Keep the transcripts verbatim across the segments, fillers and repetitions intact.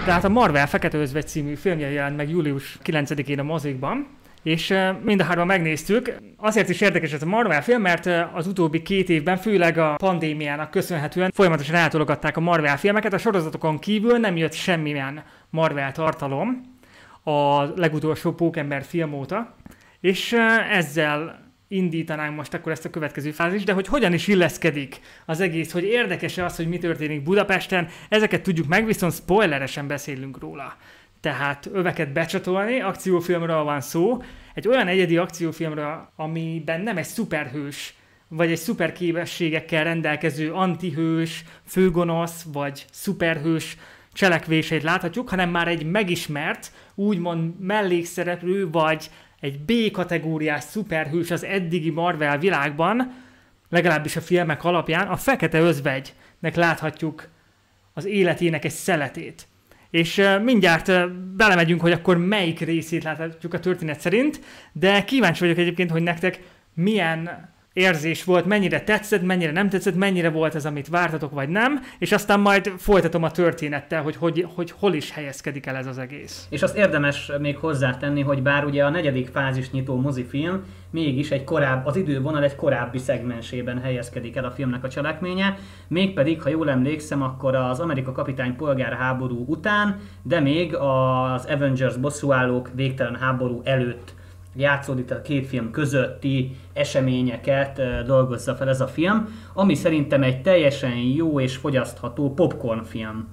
Tehát a Marvel Fekete Özvegy című filmje jelent meg július kilencedikén a mozikban, és mind a hárman megnéztük. Azért is érdekes ez a Marvel film, mert az utóbbi két évben, főleg a pandémiának köszönhetően folyamatosan eltologatták a Marvel filmeket. A sorozatokon kívül nem jött semmilyen Marvel tartalom a legutolsó Pókember film óta, és ezzel indítanánk most akkor ezt a következő fázist, de hogy hogyan is illeszkedik az egész, hogy érdekes-e az, hogy mi történik Budapesten, ezeket tudjuk meg, viszont spoileresen beszélünk róla. Tehát öveket becsatolni, akciófilmről van szó, egy olyan egyedi akciófilmről, amiben nem egy szuperhős, vagy egy szuperképességekkel rendelkező antihős, főgonosz, vagy szuperhős cselekvéseit láthatjuk, hanem már egy megismert, úgymond mellékszereplő, vagy egy B-kategóriás szuperhős az eddigi Marvel világban, legalábbis a filmek alapján, a Fekete Özvegynek láthatjuk az életének egy szeletét. És uh, mindjárt uh, belemegyünk, hogy akkor melyik részét láthatjuk a történet szerint, de kíváncsi vagyok egyébként, hogy nektek milyen érzés volt, mennyire tetszett, mennyire nem tetszett, mennyire volt ez, amit vártatok, vagy nem, és aztán majd folytatom a történettel, hogy, hogy, hogy hol is helyezkedik el ez az egész. És azt érdemes még hozzátenni, hogy bár ugye a negyedik fázis nyitó mozifilm, mégis egy korább, az idővonal egy korábbi szegmensében helyezkedik el a filmnek a cselekménye, mégpedig, ha jól emlékszem, akkor az Amerika kapitány polgárháború után, de még az Avengers bosszúállók végtelen háború előtt játszódik, a két film közötti eseményeket dolgozza fel ez a film, ami szerintem egy teljesen jó és fogyasztható popcorn film.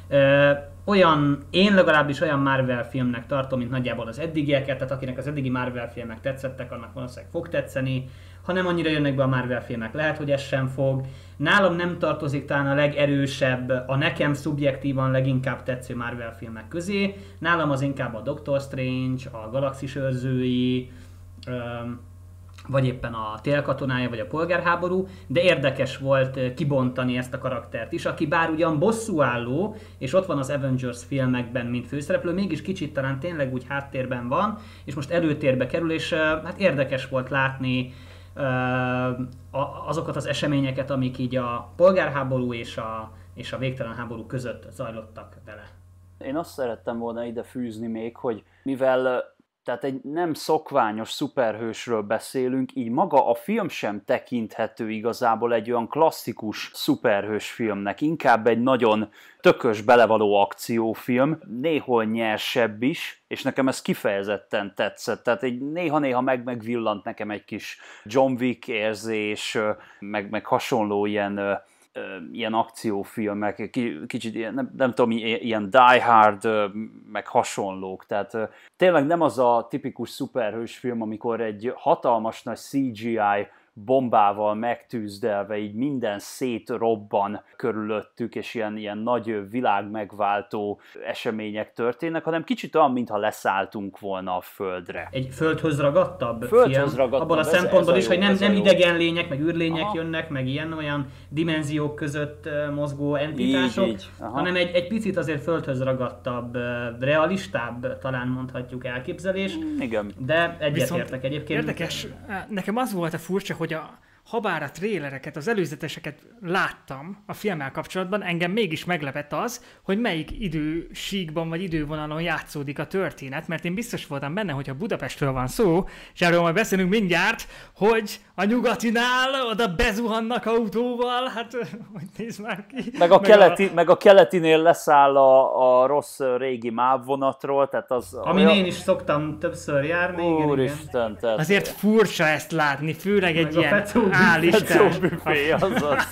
Olyan, én legalábbis olyan Marvel filmnek tartom, mint nagyjából az eddigieket, tehát akinek az eddigi Marvel filmek tetszettek, annak valószínűleg fog tetszeni. Ha nem annyira jönnek be a Marvel filmek, lehet, hogy ez sem fog. Nálam nem tartozik talán a legerősebb, a nekem szubjektívan leginkább tetsző Marvel filmek közé. Nálam az inkább a Doctor Strange, a Galaxis őrzői, vagy éppen a Télkatonája, vagy a Polgárháború, de érdekes volt kibontani ezt a karaktert is, aki bár ugyan bosszúálló, és ott van az Avengers filmekben, mint főszereplő, mégis kicsit talán tényleg úgy háttérben van, és most előtérbe kerül, és hát érdekes volt látni azokat az eseményeket, amik így a polgárháború és a, és a végtelen háború között zajlottak vele. Én azt szerettem volna ide fűzni még, hogy mivel tehát egy nem szokványos szuperhősről beszélünk, így maga a film sem tekinthető igazából egy olyan klasszikus szuperhős filmnek, inkább egy nagyon tökös, belevaló akciófilm, néhol nyersebb is, és nekem ez kifejezetten tetszett, tehát egy néha-néha meg megvillant nekem egy kis John Wick érzés, meg, meg hasonló ilyen ilyen akciófilmek, kicsit ilyen, nem, nem tudom, ilyen Die Hard, meg hasonlók. Tehát tényleg nem az a tipikus szuperhős film, amikor egy hatalmas nagy cé gé i bombával megtűzdelve így minden szétrobban körülöttük, és ilyen, ilyen nagy világmegváltó események történnek, hanem kicsit olyan, mintha leszálltunk volna a földre. Egy földhöz ragadtabb földhöz film? Ragadtabb. Abban a ez, szempontból ez is, jó, hogy nem, nem jó. idegen lények, meg űrlények Aha. jönnek, meg ilyen-olyan dimenziók között mozgó entitások, így, így. hanem egy, egy picit azért földhöz ragadtabb, realistább, talán mondhatjuk elképzelés. Igen. De egyetértek egyébként. Érdekes, nekem az volt a furcsa, hogy a habár a trélereket, az előzeteseket láttam a filmmel kapcsolatban, engem mégis meglepett az, hogy melyik idősíkban vagy idővonalon játszódik a történet, mert én biztos voltam benne, hogyha Budapestről van szó, és erről majd beszélünk mindjárt, hogy a nyugatinál oda bezuhannak autóval, hát hogy néz már ki. Meg a, meg keleti, a... meg a keletinél leszáll a, a rossz régi MÁV vonatról, tehát az... Amin olyan... én is szoktam többször járni. Úristen, tehát... Azért furcsa ezt látni, főleg egy meg ilyen állisten. Fecóbüfé, azaz.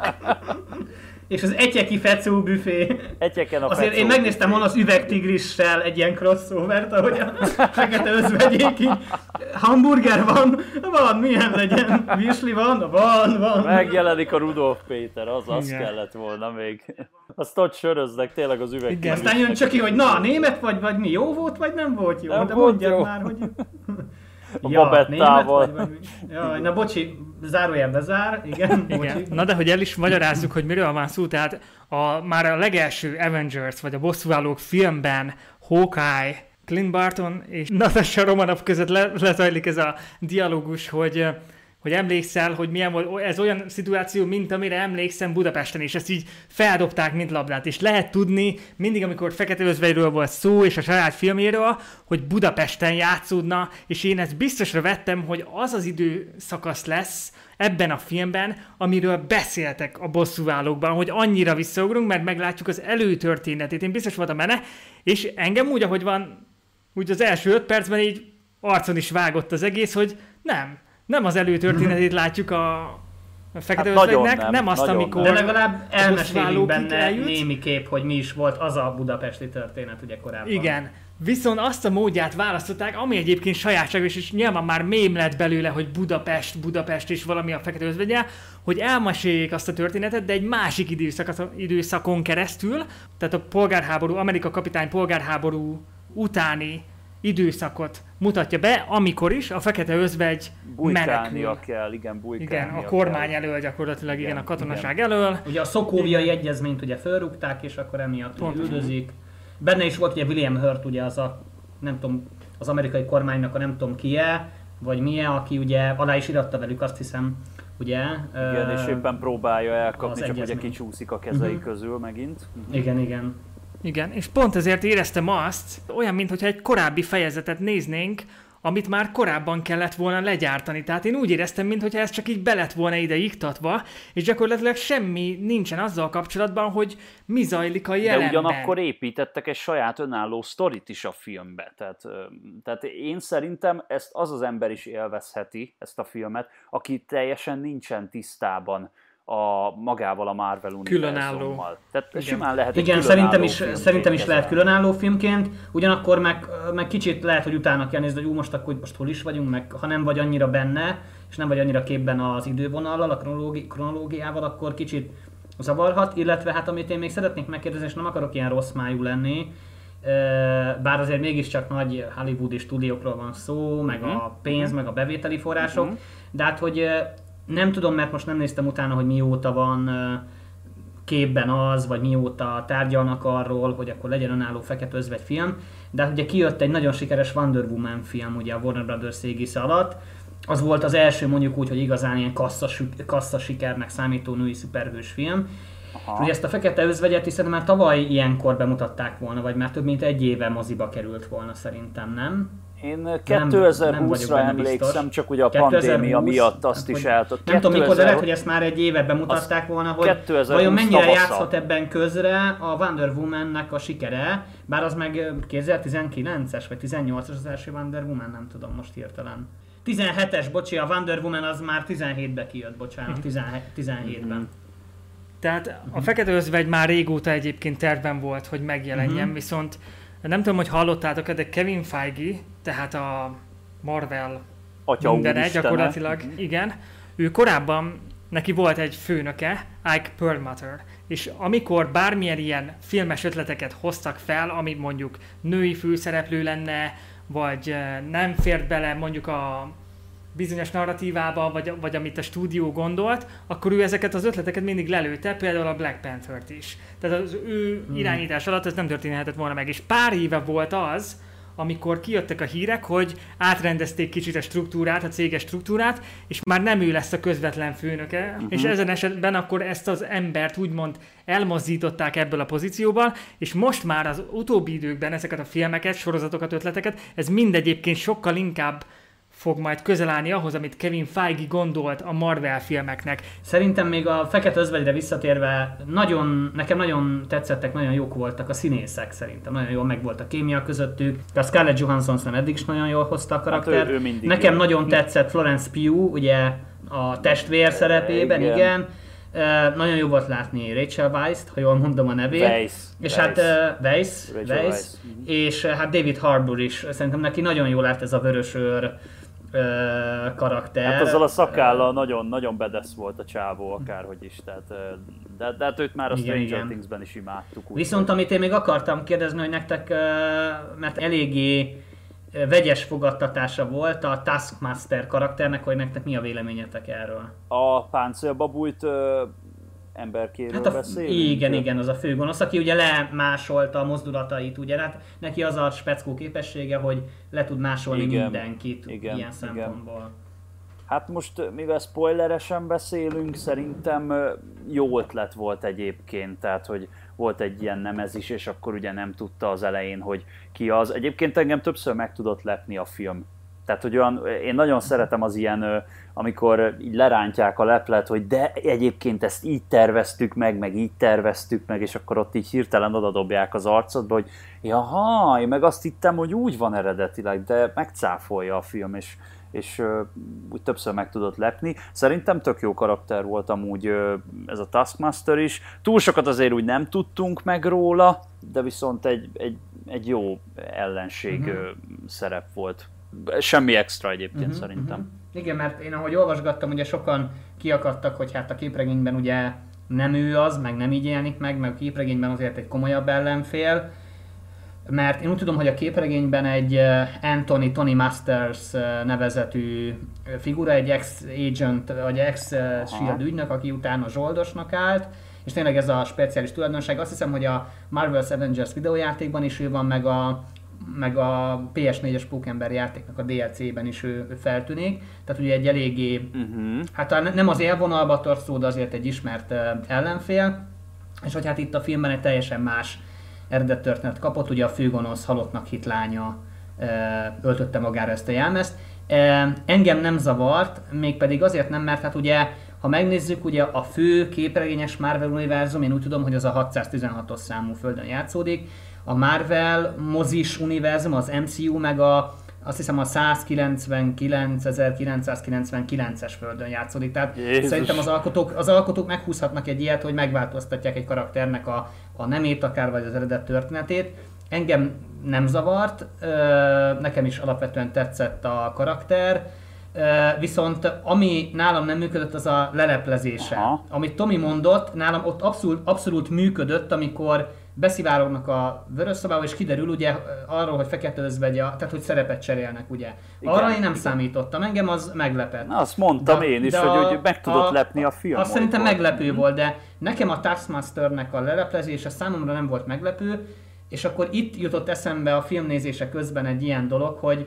És az etyeki fecó büfé. Egyeken a Azért én megnéztem volna az üvegtigrissel egy ilyen crossovert, ahogy a Fekete Özvegyék így. Hamburger van, van, milyen legyen. Virsli van, van, van. Megjelenik a Rudolf Péter, az az kellett volna még. Azt ott söröznek tényleg az üvegtigris. Aztán jön csak ki, hogy na, német vagy, vagy mi, jó volt, vagy nem volt jó? Nem de volt mondjad jó. már, hogy... A ja, babettával. Vagy, vagy... Jaj, na bocsi, zárójel bezár, igen, igen. Bocsi. Na de hogy el is magyarázzuk, hogy miről van szó, tehát a, már a legelső Avengers, vagy a bosszúállók filmben Hawkeye, Clint Barton és Natasha Romanoff között le, lezajlik ez a dialógus, hogy hogy emlékszel, hogy milyen volt, ez olyan szituáció, mint amire emlékszem Budapesten, és ezt így feldobták, mint labdát, és lehet tudni, mindig, amikor Fekete Özvegyről volt szó, és a saját filméről, hogy Budapesten játszódna, és én ezt biztosra vettem, hogy az az időszakasz lesz ebben a filmben, amiről beszéltek a bosszúállókban, hogy annyira visszaugrunk, mert meglátjuk az előtörténetét. Én biztos voltam benne, és engem úgy, ahogy van, úgy az első öt percben így arcon is vágott az egész, hogy nem, nem az előtörténetét látjuk a, a Fekete hát Özvegynek, nem, nem azt, amikor... De legalább elmesélik benne eljut. Némi kép, hogy mi is volt az a budapesti történet ugye korábban. Igen. Viszont azt a módját választották, ami egyébként sajátságos, és nyilván már mém lett belőle, hogy Budapest, Budapest és valami a Fekete Özvegye, hogy elmeséljék azt a történetet, de egy másik időszakon, időszakon keresztül, tehát a polgárháború, Amerika kapitány polgárháború utáni időszakot mutatja be, amikor is a Fekete Özvegy menekül. kell, igen, igen, a kormány kell. Elől gyakorlatilag, igen, igen a katonaság igen. elől. Ugye a Szokóviai egyezményt ugye fölrúgták, és akkor emiatt üldözik. Benne is volt ugye William Hurt, ugye az a, nem tudom, az amerikai kormánynak a nem tudom ki-e, vagy milyen, aki ugye alá is iratta velük, azt hiszem, ugye. Igen, uh, és éppen próbálja elkapni, csak egyezmény. Ugye kicsúszik a kezei uh-huh. közül megint. Uh-huh. Igen, igen. Igen, és pont ezért éreztem azt, olyan, mintha egy korábbi fejezetet néznénk, amit már korábban kellett volna legyártani. Tehát én úgy éreztem, mintha ez csak így be lett volna ide iktatva, és gyakorlatilag semmi nincsen azzal kapcsolatban, hogy mi zajlik a jelenben. De ugyanakkor építettek egy saját önálló sztorit is a filmbe. Tehát, tehát én szerintem ezt az az ember is élvezheti, ezt a filmet, aki teljesen nincsen tisztában a magával a Marvel univerzummal. Tehát igen. simán lehet egy igen, szerintem is, szerintem is lehet különálló filmként, ugyanakkor meg, meg kicsit lehet, hogy utána kell nézni, hogy ú, most akkor most hol is vagyunk, meg ha nem vagy annyira benne, és nem vagy annyira képben az idővonallal, a kronológi, kronológiával, akkor kicsit zavarhat, illetve hát amit én még szeretnék megkérdezni, és nem akarok ilyen rossz májú lenni, bár azért mégiscsak nagy hollywoodi stúdiókról van szó, meg uh-huh. a pénz, uh-huh. meg a bevételi források, uh-huh. de hát hogy nem tudom, mert most nem néztem utána, hogy mióta van képben az, vagy mióta tárgyalnak arról, hogy akkor legyen önálló Fekete Özvegy film, de hát ugye kijött egy nagyon sikeres Wonder Woman film ugye a Warner Brothers égisze alatt. Az volt az első mondjuk úgy, hogy igazán ilyen kassza, kassza sikernek számító női szuperhős film. Aha. Ugye ezt a Fekete Özvegyet hiszen már tavaly ilyenkor bemutatták volna, vagy már több mint egy éve moziba került volna szerintem, nem? Én kétezer-húszra emlékszem, csak ugye a pandémia miatt azt is eltott. Nem tudom mikor, de lehet, hogy ezt már egy éve bemutatták volna, hogy vajon mennyire tavasza. Játszhat ebben közre a Wonder Woman-nek a sikere, bár az meg kétezer-tizenkilences vagy tizennyolcas az első Wonder Woman, nem tudom most hirtelen. tizenhetes, bocsi, a Wonder Woman az már tizenhétbe kijött, bocsánat, tizenhétben. Mm-hmm. Tehát a Fekete Özvegy már régóta egyébként tervben volt, hogy megjelenjen, mm-hmm. viszont nem tudom, hogy hallottátok, de Kevin Feige, tehát a Marvel Atya mindene gyakorlatilag, mm-hmm. igen, ő korábban, neki volt egy főnöke, Ike Perlmutter, és amikor bármilyen ilyen filmes ötleteket hoztak fel, ami mondjuk női főszereplő lenne, vagy nem fért bele mondjuk a bizonyos narratívába, vagy, vagy amit a stúdió gondolt, akkor ő ezeket az ötleteket mindig lelőtte, például a Black Panthert is. Tehát az ő hmm. irányítás alatt ez nem történhetett volna meg. És pár éve volt az, amikor kijöttek a hírek, hogy átrendezték kicsit a struktúrát, a céges struktúrát, és már nem ő lesz a közvetlen főnöke, uh-huh. és ezen esetben akkor ezt az embert úgymond elmozdították ebből a pozícióban, és most már az utóbbi időkben ezeket a filmeket, sorozatokat, ötleteket, ez mindegyébként sokkal inkább fog majd közel állni ahhoz, amit Kevin Feige gondolt a Marvel filmeknek. Szerintem még a Fekete Özvegyre visszatérve, nagyon, nekem nagyon tetszettek, nagyon jók voltak a színészek szerintem. Nagyon jól megvolt a kémia közöttük. A Scarlett Johansson szerintem eddig is nagyon jól hozta a karaktert. Hát ő, ő nekem jön. Nagyon tetszett Florence Pugh, ugye a testvér szerepében, igen. igen. Uh, nagyon jó volt látni Rachel Weisz-t, ha jól mondom a nevét. Weisz. És Weisz. hát uh, Weisz, Weisz. És uh, hát David Harbour is. Szerintem neki nagyon jól lát ez a vörösőr karakter. Hát azzal a szakállal nagyon, nagyon bedesz volt a csávó, akárhogy is. Tehát, de, de hát őt már a Stranger igen, Things-ben is imádtuk. Úgy viszont amit én még akartam kérdezni, hogy nektek, mert eléggé vegyes fogadtatása volt a Taskmaster karakternek, hogy nektek mi a véleményetek erről? A páncélbabújt emberkéről hát a, beszélünk? Igen, igen, az a főgonosz, aki ugye lemásolta a mozdulatait, ugye, hát neki az a speckó képessége, hogy le tud másolni igen, mindenkit igen, ilyen szempontból. Igen. Hát most, mivel spoileresen beszélünk, szerintem jó ötlet volt egyébként, tehát, hogy volt egy ilyen nemezis, és akkor ugye nem tudta az elején, hogy ki az. Egyébként engem többször meg tudott lepni a film. Tehát, hogy olyan, én nagyon szeretem az ilyen, amikor így lerántják a leplet, hogy de egyébként ezt így terveztük meg, meg így terveztük meg, és akkor ott így hirtelen odadobják az arcodba, hogy jaha, én meg azt hittem, hogy úgy van eredetileg, de megcáfolja a film, és, és úgy többször meg tudott lepni. Szerintem tök jó karakter volt amúgy ez a Taskmaster is. Túl sokat azért úgy nem tudtunk meg róla, de viszont egy, egy, egy jó ellenség uh-huh. szerep volt. Semmi extra egyébként uh-huh, szerintem. Uh-huh. Igen, mert én ahogy olvasgattam, ugye sokan kiakadtak, hogy hát a képregényben ugye nem ő az, meg nem így jelenik meg, meg a képregényben azért egy komolyabb ellenfél. Mert én úgy tudom, hogy a képregényben egy Anthony Tony Masters nevezetű figura, egy ex-agent, vagy ex-shield ügynök, aki utána zsoldosnak állt, és tényleg ez a speciális tulajdonság. Azt hiszem, hogy a Marvel's Avengers videójátékban is ő van, meg a meg a pé es négyes Pókember játéknak a dé el cé-ben is ő, ő feltűnik. Tehát ugye egy eléggé, uh-huh. hát nem az élvonalba tart szó, de azért egy ismert uh, ellenfél. És hogy hát itt a filmben egy teljesen más eredet történet kapott, ugye a főgonosz halottnak hit lánya uh, öltötte magára ezt a jelmezt. Uh, engem nem zavart, mégpedig azért nem, mert hát ugye, ha megnézzük, ugye a fő képregényes Marvel univerzum, én úgy tudom, hogy az a hatszáztizenhatos számú földön játszódik. A Marvel mozis univerzum, az em cé u meg a, azt hiszem a százkilencvenkilenc ezerkilencszázkilencvenkilences földön játszódik. Tehát Jézus. Szerintem az alkotók, az alkotók meghúzhatnak egy ilyet, hogy megváltoztatják egy karakternek a, a nemét akár, vagy az eredet történetét. Engem nem zavart, nekem is alapvetően tetszett a karakter, viszont ami nálam nem működött, az a leleplezése. Aha. Amit Tomi mondott, nálam ott abszolút, abszolút működött, amikor beszivárognak a vörös szobába, és kiderül ugye arról, hogy Fekete Özvegy, tehát hogy szerepet cserélnek, ugye. Igen, arra én nem igen. számítottam, engem az meglepett. Na, azt mondtam de, én is, hogy, a, hogy meg tudott a, lepni a film. Azt szerintem volt. meglepő mm. volt, de nekem a Taskmasternek a leleplezése számomra nem volt meglepő, és akkor itt jutott eszembe a filmnézése közben egy ilyen dolog, hogy,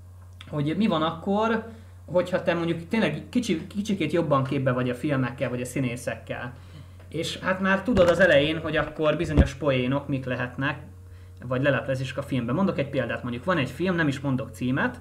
hogy mi van akkor, hogyha te mondjuk tényleg kicsi, kicsikét jobban képbe vagy a filmekkel, vagy a színészekkel. És hát már tudod az elején, hogy akkor bizonyos poénok mik lehetnek, vagy leleplezések a filmben. Mondok egy példát, mondjuk van egy film, nem is mondok címet,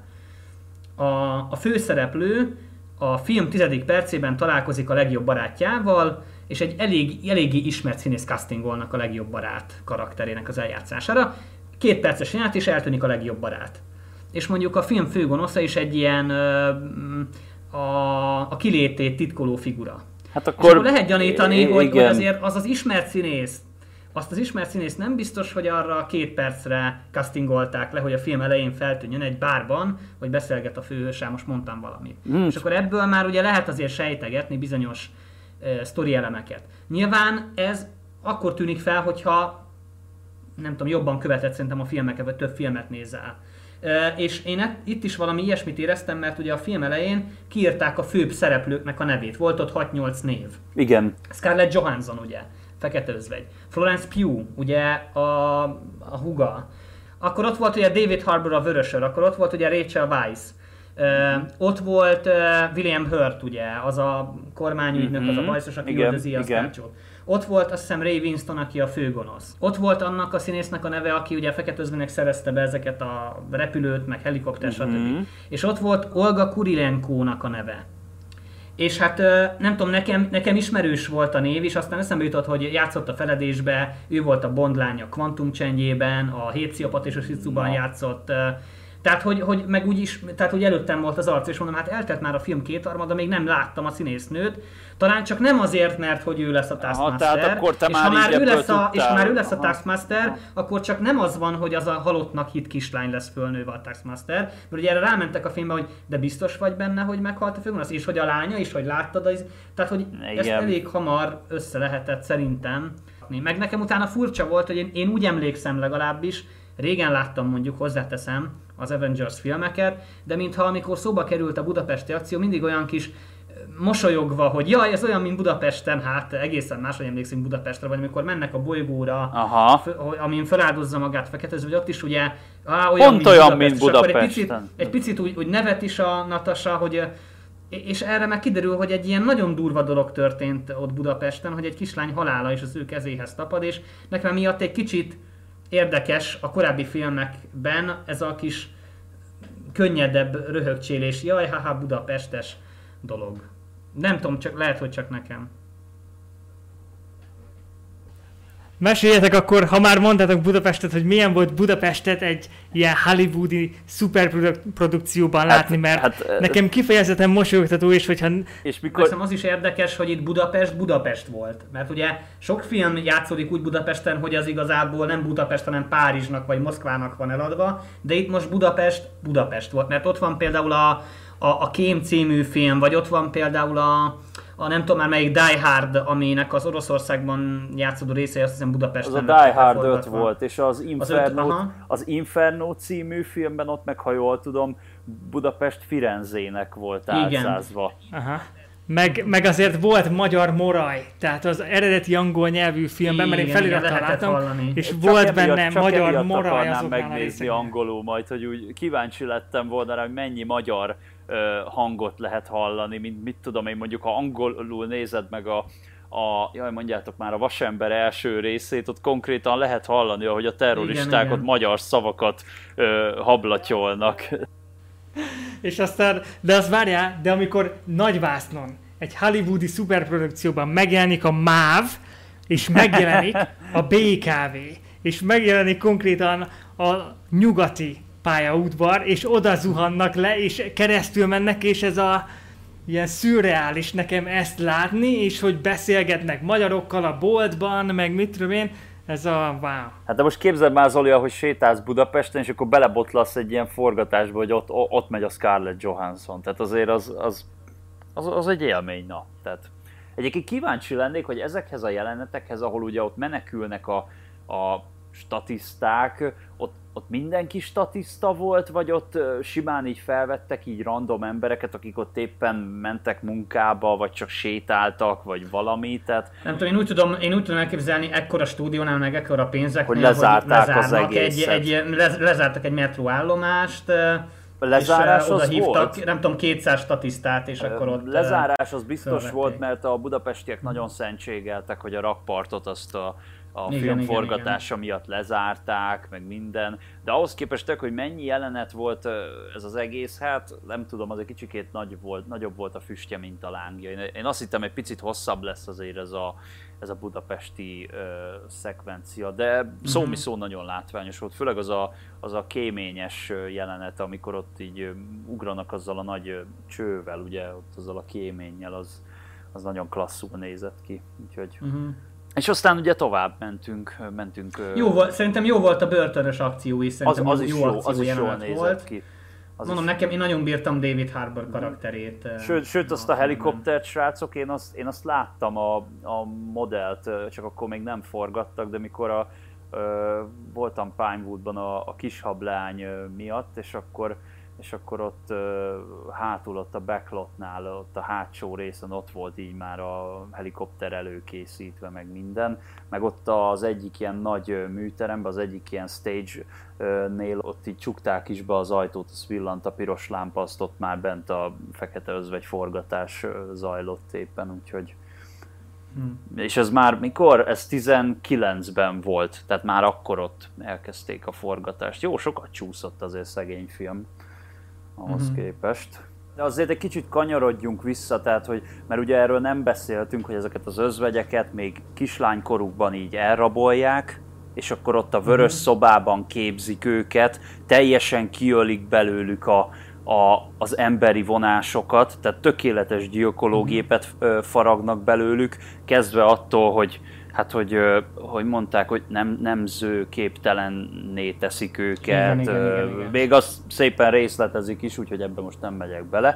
a, a főszereplő a film tizedik percében találkozik a legjobb barátjával, és egy elég, eléggé ismert színész castingolnak a legjobb barát karakterének az eljátszására. Két perces jelenet, és eltűnik a legjobb barát. És mondjuk a film főgonosza is egy ilyen a, a kilétét titkoló figura. Hát akkor, akkor lehet gyanítani, hogy, hogy azért az az ismert színész, azt az ismert színész nem biztos, hogy arra két percre castingolták le, hogy a film elején feltűnjön egy bárban, hogy beszélget a főhőssel, most mondtam valamit. Mm. És akkor ebből már ugye lehet azért sejtegetni bizonyos uh, sztori elemeket. Nyilván ez akkor tűnik fel, hogyha nem tudom, jobban követett szerintem a filmeket, vagy több filmet nézel. Uh, és én et, itt is valami ilyesmit éreztem, mert ugye a film elején kiírták a főbb szereplőknek a nevét. Volt ott hat-nyolc név. Igen. Scarlett Johansson, ugye, Fekete Özvegy. Florence Pugh, ugye, a, a húga. Akkor ott volt ugye David Harbour a Vörösör, akkor ott volt ugye Rachel Weisz. Uh, ott volt uh, William Hurt, ugye, az a kormányügynök, mm-hmm. az a bajszos, aki üldözi a Starchot. Ott volt azt hiszem Ray Winston, aki a főgonosz. Ott volt annak a színésznek a neve, aki ugye a Fekete Özvegynek szerezte be ezeket a repülőt, meg helikopter, mm-hmm. stb. És ott volt Olga Kurilenkónak a neve. És hát nem tudom, nekem, nekem ismerős volt a név, és aztán eszembe jutott, hogy játszott a Feledésbe, ő volt a Bond lánya Quantum Change-ében, a Hét pszichopat és a Shizuban no. játszott. Tehát, hogy, hogy meg úgy is, tehát, hogy előttem volt az arc, és mondom, hát eltelt már a film kétharmada, még nem láttam a színésznőt. Talán csak nem azért, mert hogy ő lesz a Taskmaster. Aha, akkor te és, már ha már ő lesz a, és ha már ő lesz a Taskmaster, akkor csak nem az van, hogy az a halottnak hit kislány lesz fölnőve a Taskmaster. Mert ugye erre rámentek a filmbe, hogy de biztos vagy benne, hogy meghalt a főgonosz, és hogy a lánya is, hogy láttad. Az... Tehát, hogy igen. ezt elég hamar össze lehetett szerintem. Meg nekem utána furcsa volt, hogy én, én úgy emlékszem legalábbis, régen láttam mondjuk, hozzáteszem, az Avengers filmeket, de mintha amikor szóba került a budapesti akció, mindig olyan kis mosolyogva, hogy jaj, ez olyan, mint Budapesten, hát egészen máshogy emlékszünk Budapestre, vagy amikor mennek a bolygóra, f- amin feláldozza magát Fekete Özvegy, ott is ugye á, olyan, pont mint olyan, Budapest, mint Budapesten. Egy picit, egy picit úgy, úgy nevet is a Natasha, hogy És erre meg kiderül, hogy egy ilyen nagyon durva dolog történt ott Budapesten, hogy egy kislány halála is az ő kezéhez tapad, és nekem miatt egy kicsit érdekes a korábbi filmekben ez a kis könnyedebb röhögcsélés, jaj, haha, budapestes dolog. Nem tudom, csak lehet, hogy csak nekem. Meséljetek akkor, ha már mondtátok Budapestet, hogy milyen volt Budapestet egy ilyen hollywoodi szuperprodukcióban látni, mert hát, nekem kifejezetten mosolyogtató, és hogyha... És mikor... Nekem az is érdekes, hogy itt Budapest Budapest volt. Mert ugye sok film játszódik úgy Budapesten, hogy az igazából nem Budapest, hanem Párizsnak vagy Moszkvának van eladva, de itt most Budapest Budapest volt. Mert ott van például a, a, a Kém című film, vagy ott van például a... a nem tudom már melyik Die Hard, aminek az Oroszországban játszódó része, azt hiszem Budapesten. Az a Die Hard öt volt, és az Inferno, az, öt, az Inferno című filmben ott meg, ha jól tudom, Budapest Firenzének volt álcázva. Aha. Meg, meg azért volt magyar moraj, tehát az eredeti angol nyelvű filmben, mert én felirattal láttam, hallani. És csak volt emiatt, benne csak magyar moraj azoknál a megnézni angolul majd, hogy úgy kíváncsi lettem volna rá, hogy mennyi magyar uh, hangot lehet hallani, mint mit tudom én, mondjuk ha angolul nézed meg a, a jaj, mondjátok már a Vasember első részét, ott konkrétan lehet hallani, ahogy a terroristák igen, ott igen. magyar szavakat uh, hablatyolnak. És aztán, de azt várjál, de amikor nagyvásznon, egy hollywoodi szuperprodukcióban megjelenik a MÁV, és megjelenik a bé ká vé, és megjelenik konkrétan a nyugati pályaudvar, és oda zuhannak le, és keresztül mennek, és ez a ilyen szürreális nekem ezt látni, és hogy beszélgetnek magyarokkal a boltban, meg mit tudom én, ez a wow. Hát de most képzeld már, Zoli, hogy sétálsz Budapesten, és akkor belebotlasz egy ilyen forgatásba, hogy ott, ott megy a Scarlett Johansson. Tehát azért az, az, az, az egy élmény, na. Tehát egyébként kíváncsi lennék, hogy ezekhez a jelenetekhez, ahol ugye ott menekülnek a, a statiszták, ott, ott mindenki statiszta volt, vagy ott simán így felvettek így random embereket, akik ott éppen mentek munkába, vagy csak sétáltak, vagy valami, tehát... Nem tudom, én úgy tudom, én úgy tudom elképzelni ekkora stúdiónál, meg ekkora pénzeknél, hogy lezárták hogy az egészet. Egy, egy, lez, lezártak egy metróállomást, lezárás és az oda hívtak, volt? nem tudom, kétszáz statisztát, és akkor ott... Lezárás az biztos felvették. Volt, mert a budapestiek nagyon szentségeltek, hogy a rakpartot azt a a igen, film igen, forgatása igen. miatt lezárták, meg minden, de ahhoz képest, hogy mennyi jelenet volt ez az egész, hát nem tudom, az egy kicsikét nagy volt, nagyobb volt a füstje, mint a lángja. Én azt hittem, egy picit hosszabb lesz azért ez a, ez a budapesti uh, szekvencia, de szó mi szó nagyon látványos volt, főleg az a, az a kéményes jelenet, amikor ott így uh, ugranak azzal a nagy uh, csővel, ugye, ott azzal a kéménnyel, az, az nagyon klasszul nézett ki, úgyhogy... Uh-huh. És aztán ugye tovább mentünk. mentünk jó volt, szerintem jó volt a börtönös akció is, szerintem az, az jó, is jó akció az is jól nézett volt. Ki. Az Mondom, is... nekem én nagyon bírtam David Harbour karakterét. Sőt, sőt azt a helikoptert, srácok, én azt, én azt láttam a, a modellt, csak akkor még nem forgattak, de mikor a, ö, voltam Pinewoodban a, a kishablány miatt, és akkor és akkor ott uh, hátul, ott a backlotnál, ott a hátsó részen ott volt így már a helikopter előkészítve, meg minden. Meg ott az egyik ilyen nagy műteremben, az egyik ilyen stage-nél ott így csukták is be az ajtót, az villant a piros lámpa, azt ott már bent a fekete özvegy forgatás zajlott éppen, úgyhogy... Hmm. És ez már mikor? Ez tizenkilencben volt, tehát már akkor ott elkezdték a forgatást. Jó, sokat csúszott azért szegény film ahhoz uh-huh. képest. De azért egy kicsit kanyarodjunk vissza, tehát, hogy, mert ugye erről nem beszéltünk, hogy ezeket az özvegyeket még kislánykorukban így elrabolják, és akkor ott a vörös uh-huh. szobában képzik őket, teljesen kiölik belőlük a, a, az emberi vonásokat, tehát tökéletes gyilkológépet uh-huh. faragnak belőlük, kezdve attól, hogy hát, hogy, hogy mondták, hogy nem, nemzőképtelenné teszik őket, igen, igen, igen, igen. Még azt szépen részletezik is, úgyhogy ebben most nem megyek bele.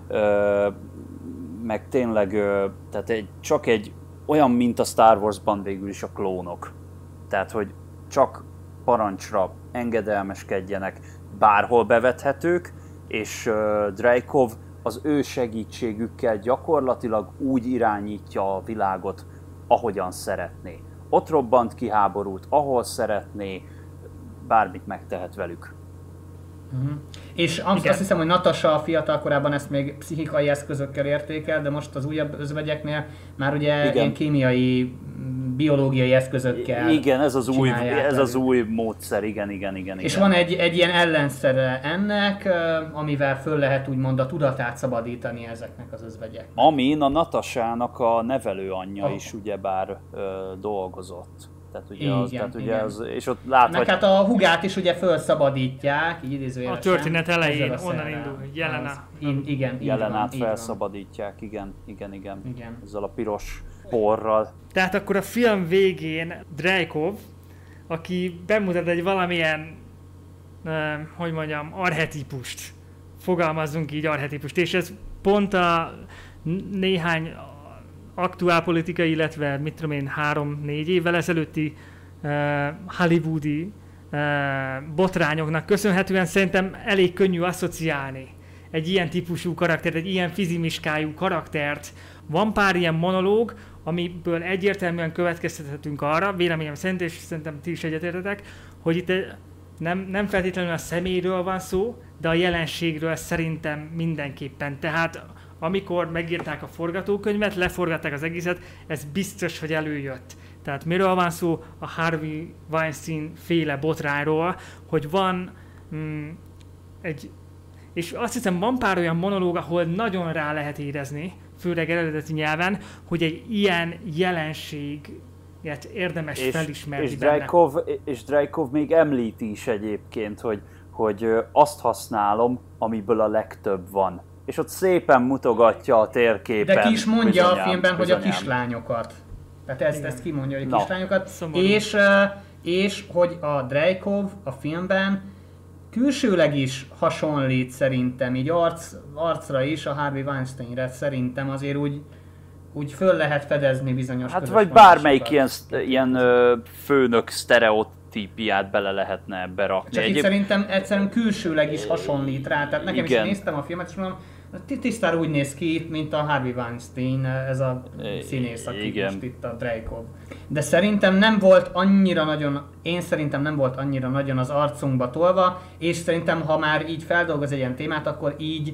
Meg tényleg, tehát egy, csak egy olyan, mint a Star Warsban végül is a klónok. Tehát, hogy csak parancsra engedelmeskedjenek, bárhol bevethetők, és Dreykov az ő segítségükkel gyakorlatilag úgy irányítja a világot, ahogyan szeretné. Ott robbant ki háborút, ahol szeretné, bármit megtehet velük. Uh-huh. És azt, azt hiszem, hogy Natasha fiatal korában ezt még pszichikai eszközökkel érték el, de most az újabb özvegyeknél már ugye igen. ilyen kémiai, biológiai eszközökkel igen, ez az új, ez az új módszer, igen, igen, igen. És igen. van egy, egy ilyen ellenszere ennek, amivel föl lehet úgymond a tudatát szabadítani ezeknek az özvegyeknek. Amin a Natashának a nevelőanyja oh. is ugyebár ö, dolgozott. Tehát ugye, igen, az, tehát ugye igen. az, és ott láthatjuk... Meg hát a hugát is ugye felszabadítják, így idézőjelesen. A történet elején, onnan indul, Jelena. In, igen, Jelenát felszabadítják, igen, igen, igen, igen. Ezzel a piros porral. Tehát akkor a film végén Dreykov, aki bemutat egy valamilyen, uh, hogy mondjam, archetípust, fogalmazzunk így archetípust, és ez pont a néhány aktuálpolitikai, illetve mit tudom én, három-négy évvel ezelőtti uh, hollywoodi uh, botrányoknak köszönhetően szerintem elég könnyű asszociálni egy ilyen típusú karaktert, egy ilyen fizimiskájú karaktert. Van pár ilyen monológ, amiből egyértelműen következtethetünk arra, véleményem szerint, és szerintem ti is egyetértetek, hogy itt nem, nem feltétlenül a személyről van szó, de a jelenségről szerintem mindenképpen. Tehát amikor megírták a forgatókönyvet, leforgatták az egészet, ez biztos, hogy előjött. Tehát miről van szó? A Harvey Weinstein féle botrányról, hogy van mm, egy, és azt hiszem van pár olyan monológ, ahol nagyon rá lehet érezni, főleg eredeti nyelven, hogy egy ilyen jelenséget érdemes és, felismerni és benne. Dreykov, és Dreykov még említi is egyébként, hogy, hogy azt használom, amiből a legtöbb van. És ott szépen mutogatja a térképen. De ki is mondja bizonyám, a filmben, bizonyám. hogy a kislányokat. Tehát ezt, ezt kimondja, hogy a Na. kislányokat. És, és hogy a Dreykov a filmben külsőleg is hasonlít szerintem, így arc, arcra is a Harvey Weinsteinre szerintem azért úgy, úgy föl lehet fedezni bizonyos hát vagy bármelyik ilyen, ilyen ö, főnök sztereotípiát bele lehetne ebbe rakni. Csak Egyéb... itt szerintem egyszerűen külsőleg is hasonlít rá, tehát nekem igen. is néztem a filmet, és mondom, tisztára úgy néz ki, mint a Harvey Weinstein, ez a színész, aki igen. most itt a Dreykov. De szerintem nem volt annyira nagyon, én szerintem nem volt annyira nagyon az arcunkba tolva, és szerintem ha már így feldolgoz egy ilyen témát, akkor így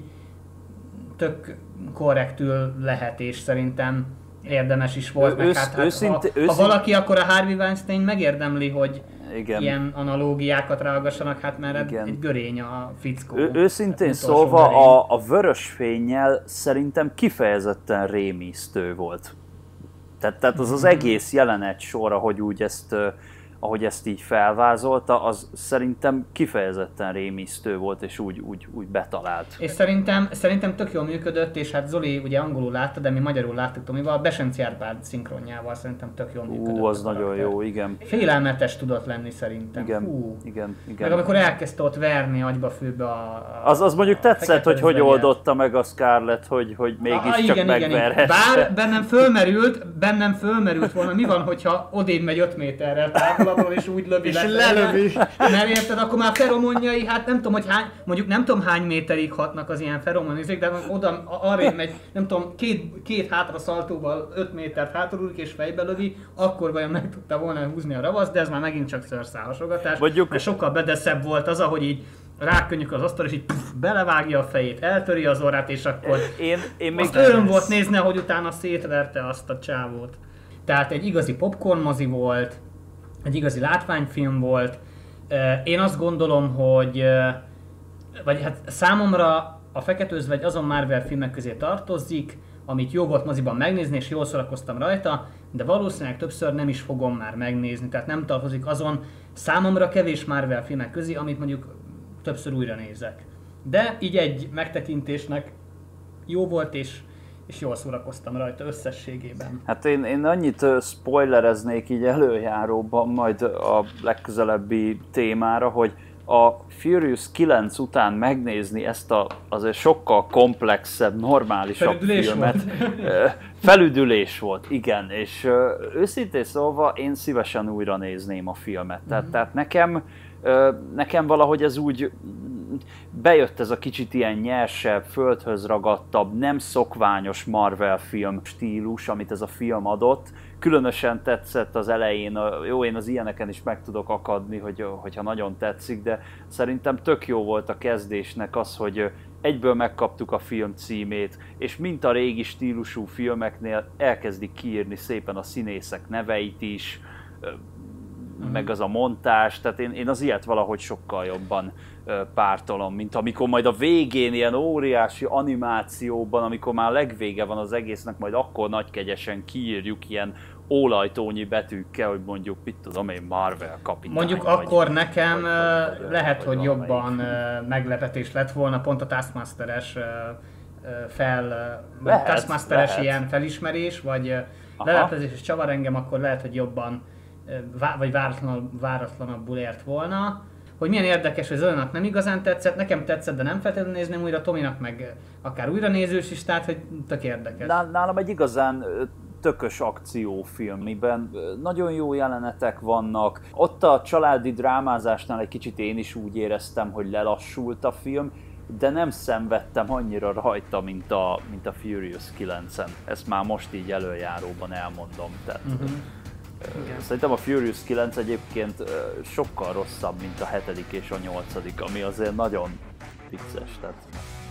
tök korrektül lehet, és szerintem érdemes is volt. Meg Ősz, hát, hát, őszinte, ha, őszinte... ha valaki, akkor a Harvey Weinstein megérdemli, hogy igen. ilyen analógiákat rágassanak, hát mert igen. egy görény a fickó. Ő, őszintén hát szólva a, a vörös fénnyel szerintem kifejezetten rémisztő volt. Tehát, tehát az az egész jelenet sor, ahogy úgy ezt, ahogy ezt így felvázolta, az szerintem kifejezetten rémisztő volt, és úgy, úgy, úgy betalált. És szerintem, szerintem tök jól működött, és hát Zoli ugye angolul látta, de mi magyarul láttuk Tomival, Besenci Árpád szinkronjával szerintem tök jól működött. Ú, az nagyon jó, igen. Félelmetes tudott lenni szerintem. Igen, Hú. igen, igen. Meg amikor elkezdte ott verni agyba főbe a... a az, az mondjuk tetszett, hogy hogy özvegyet. oldotta meg a Scarlett, hogy, hogy mégiscsak ah, megverhesse. Bár bennem fölmerült, bennem fölmerült volna, mi van, hogyha odébb megy öt méterrel távolabbról, és úgy lövi és le. lelövi. Mert érted, akkor már feromonjai, hát nem tudom, hogy hány, mondjuk nem tudom hány méterig hatnak az ilyen feromonizék, de oda arrébb megy, nem tudom, két, két hátra szaltóval öt métert hátulúlik és fejbe lövi, akkor vajon meg tudta volna húzni a ravasz, de ez már megint csak szőrszálhasogatás. Mondjuk... Mert sokkal bedeszebb volt az, ahogy így rákönnyük az asztal, és így puff, belevágja a fejét, eltöri az orrát, és akkor én, én még azt öröm volt nézni, hogy utána szétverte azt a csávót. Tehát egy igazi popcorn mozi volt, egy igazi látványfilm volt. Én azt gondolom, hogy vagy hát számomra a Fekete Özvegy azon Marvel filmek közé tartozik, amit jó volt moziban megnézni, és jól szórakoztam rajta, de valószínűleg többször nem is fogom már megnézni, tehát nem tartozik azon számomra kevés Marvel filmek közé, amit mondjuk többször újra nézek. De így egy megtekintésnek jó volt, és, és jól szórakoztam rajta összességében. Hát én, én annyit spoilereznék így előjáróban majd a legközelebbi témára, hogy a Furious kilenc után megnézni ezt a azért sokkal komplexebb, normálisabb Felüdülés filmet. Volt. Felüdülés volt, igen, és őszintén szólva én szívesen újra nézném a filmet. Tehát, mm-hmm. tehát nekem, nekem valahogy ez úgy bejött ez a kicsit ilyen nyersebb, földhöz ragadtabb, nem szokványos Marvel film stílus, amit ez a film adott. Különösen tetszett az elején, jó, én az ilyeneken is meg tudok akadni, hogy, hogyha nagyon tetszik, de szerintem tök jó volt a kezdésnek az, hogy egyből megkaptuk a film címét, és mint a régi stílusú filmeknél elkezdik kiírni szépen a színészek neveit is, mm. meg az a montás, tehát én, én az ilyet valahogy sokkal jobban pártolom, mint amikor majd a végén ilyen óriási animációban, amikor már a legvége van az egésznek, majd akkor nagykegyesen kiírjuk ilyen ólajtónyi betűkkel, hogy mondjuk, mit tudom én, Marvel kapitány. Mondjuk vagy, akkor nekem vagy, vagy, lehet, vagy hogy jobban uh, meglepetés lett volna pont a Taskmasteres uh, fel, lehet, Taskmasteres lehet. Ilyen felismerés, vagy uh, leleplezés és csavar engem, akkor lehet, hogy jobban uh, vá- vagy váratlanabb, váratlanabbul ért volna. Hogy milyen érdekes, hogy Zolinak nem igazán tetszett, nekem tetszett, de nem feltétlenül nézném újra, Tominak meg akár újra nézős is, tehát hogy tök érdekes. Nálam egy igazán tökös akciófilm, miben nagyon jó jelenetek vannak. Ott a családi drámázásnál egy kicsit én is úgy éreztem, hogy lelassult a film, de nem szenvedtem annyira rajta, mint a, mint a Furious kilencen. Ezt már most így előjáróban elmondom. Tehát, uh-huh. Igen. Szerintem a Furious kilenc egyébként sokkal rosszabb, mint a hetedik és a nyolcadik, ami azért nagyon vicces. Tehát